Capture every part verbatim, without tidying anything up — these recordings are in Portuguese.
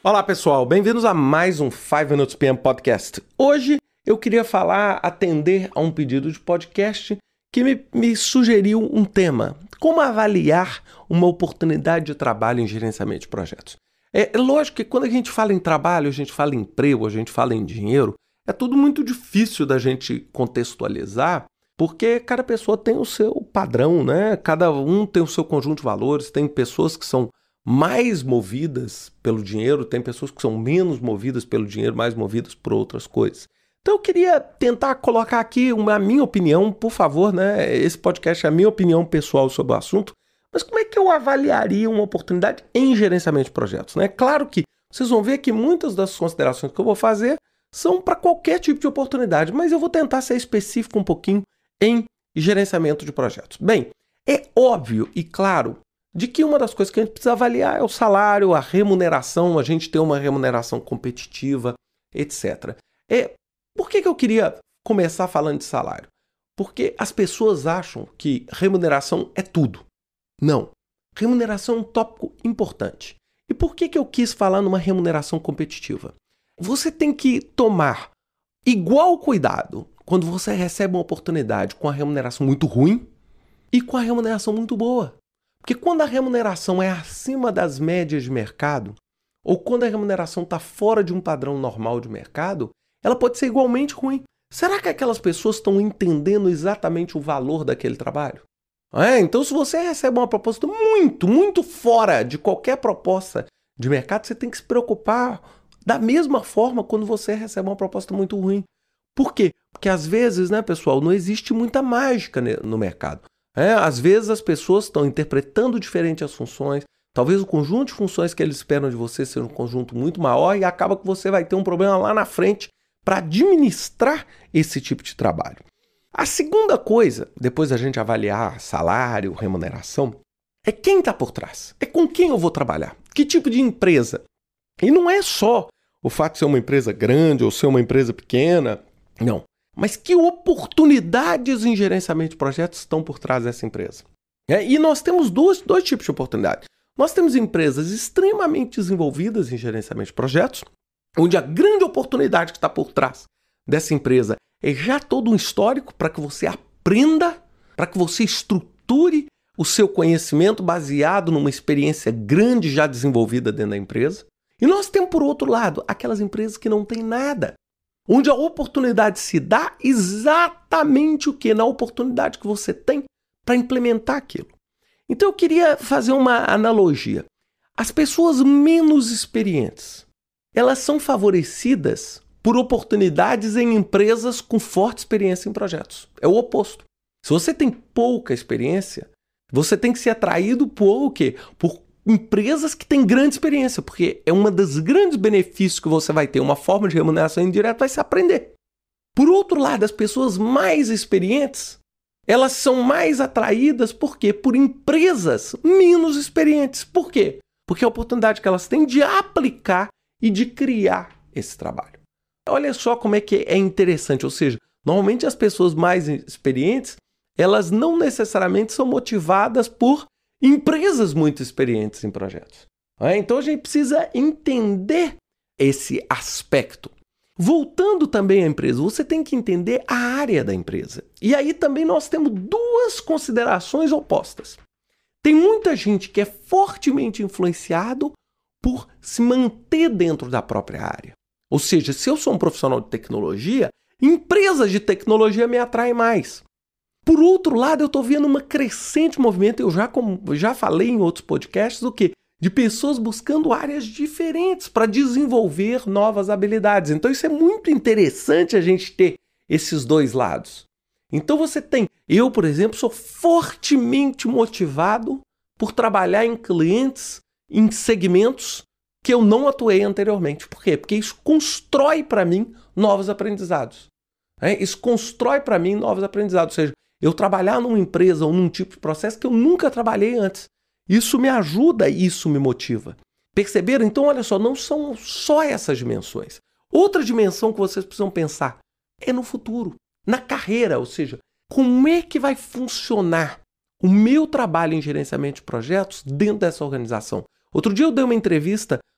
Olá pessoal, bem-vindos a mais um five minutes P M Podcast. Hoje eu queria falar, atender a um pedido de podcast que me, me sugeriu um tema: como avaliar uma oportunidade de trabalho em gerenciamento de projetos. É, é lógico que quando a gente fala em trabalho, a gente fala em emprego, a gente fala em dinheiro, é tudo muito difícil da gente contextualizar, porque cada pessoa tem o seu padrão, né? Cada um tem o seu conjunto de valores, tem pessoas que são mais movidas pelo dinheiro, tem pessoas que são menos movidas pelo dinheiro, mais movidas por outras coisas. Então eu queria tentar colocar aqui uma, a minha opinião, por favor, né? Esse podcast é a minha opinião pessoal sobre o assunto, mas como é que eu avaliaria uma oportunidade em gerenciamento de projetos, né? Claro que vocês vão ver que muitas das considerações que eu vou fazer são para qualquer tipo de oportunidade, mas eu vou tentar ser específico um pouquinho em gerenciamento de projetos. Bem, é óbvio e claro de que uma das coisas que a gente precisa avaliar é o salário, a remuneração, a gente ter uma remuneração competitiva, etcétera. É, por que que eu queria começar falando de salário? Porque as pessoas acham que remuneração é tudo. Não. Remuneração é um tópico importante. E por que que eu quis falar numa remuneração competitiva? Você tem que tomar igual cuidado quando você recebe uma oportunidade com a remuneração muito ruim e com a remuneração muito boa. Porque quando a remuneração é acima das médias de mercado, ou quando a remuneração está fora de um padrão normal de mercado, ela pode ser igualmente ruim. Será que aquelas pessoas estão entendendo exatamente o valor daquele trabalho? É, então, se você recebe uma proposta muito, muito fora de qualquer proposta de mercado, você tem que se preocupar da mesma forma quando você recebe uma proposta muito ruim. Por quê? Porque às vezes, né, pessoal, não existe muita mágica no mercado. É, às vezes as pessoas estão interpretando diferente as funções, talvez o conjunto de funções que eles esperam de você seja um conjunto muito maior e acaba que você vai ter um problema lá na frente para administrar esse tipo de trabalho. A segunda coisa, depois da gente avaliar salário, remuneração, é quem está por trás. É com quem eu vou trabalhar. Que tipo de empresa? E não é só o fato de ser uma empresa grande ou ser uma empresa pequena, não. Mas que oportunidades em gerenciamento de projetos estão por trás dessa empresa? É, e nós temos dois, dois tipos de oportunidade. Nós temos empresas extremamente desenvolvidas em gerenciamento de projetos, onde a grande oportunidade que está por trás dessa empresa é já todo um histórico para que você aprenda, para que você estruture o seu conhecimento baseado numa experiência grande já desenvolvida dentro da empresa. E nós temos, por outro lado, aquelas empresas que não têm nada, onde a oportunidade se dá exatamente o que? Na oportunidade que você tem para implementar aquilo. Então eu queria fazer uma analogia. As pessoas menos experientes, elas são favorecidas por oportunidades em empresas com forte experiência em projetos. É o oposto. Se você tem pouca experiência, você tem que ser atraído por o quê? Por empresas que têm grande experiência, porque é uma dos grandes benefícios que você vai ter, uma forma de remuneração indireta, vai se aprender. Por outro lado, as pessoas mais experientes, elas são mais atraídas, por quê? Por empresas menos experientes. Por quê? Porque é a oportunidade que elas têm de aplicar e de criar esse trabalho. Olha só como é que é interessante, ou seja, normalmente as pessoas mais experientes, elas não necessariamente são motivadas por empresas muito experientes em projetos. Então a gente precisa entender esse aspecto. Voltando também à empresa, você tem que entender a área da empresa. E aí também nós temos duas considerações opostas. Tem muita gente que é fortemente influenciado por se manter dentro da própria área. Ou seja, se eu sou um profissional de tecnologia, empresas de tecnologia me atraem mais. Por outro lado, eu estou vendo uma crescente movimento, eu já, como, já falei em outros podcasts, do quê? De pessoas buscando áreas diferentes para desenvolver novas habilidades. Então isso é muito interessante a gente ter esses dois lados. Então você tem, eu por exemplo, sou fortemente motivado por trabalhar em clientes, em segmentos que eu não atuei anteriormente. Por quê? Porque isso constrói para mim novos aprendizados. É? Isso constrói para mim novos aprendizados, ou seja, eu trabalhar numa empresa ou num tipo de processo que eu nunca trabalhei antes. Isso me ajuda, isso me motiva. Perceberam? Então, olha só, não são só essas dimensões. Outra dimensão que vocês precisam pensar é no futuro, na carreira, ou seja, como é que vai funcionar o meu trabalho em gerenciamento de projetos dentro dessa organização. Outro dia eu dei uma entrevista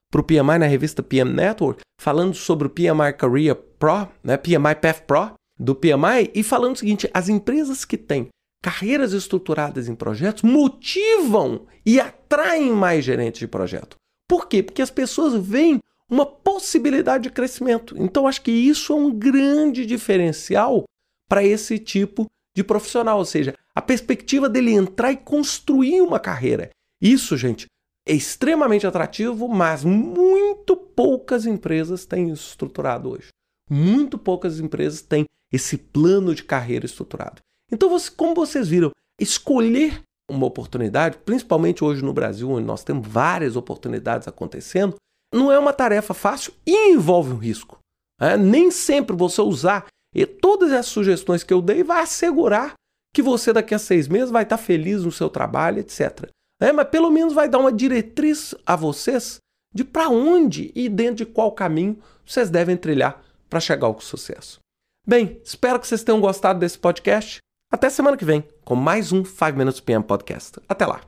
para o P M I na revista P M Network, falando sobre o P M I Career Pro, né, P M I Path Pro do P M I, e falando o seguinte: as empresas que têm carreiras estruturadas em projetos motivam e atraem mais gerentes de projeto. Por quê? Porque as pessoas veem uma possibilidade de crescimento. Então, acho que isso é um grande diferencial para esse tipo de profissional, ou seja, a perspectiva dele entrar e construir uma carreira. Isso, gente, é extremamente atrativo, mas muito poucas empresas têm isso estruturado hoje. Muito poucas empresas têm esse plano de carreira estruturado. Então, você, como vocês viram, escolher uma oportunidade, principalmente hoje no Brasil, onde nós temos várias oportunidades acontecendo, não é uma tarefa fácil e envolve um risco. É, nem sempre você usar e todas as sugestões que eu dei vai assegurar que você daqui a seis meses vai estar feliz no seu trabalho, etcétera. É, mas pelo menos vai dar uma diretriz a vocês de para onde e dentro de qual caminho vocês devem trilhar para chegar ao sucesso. Bem, espero que vocês tenham gostado desse podcast. Até semana que vem com mais um five minutes P M Podcast. Até lá!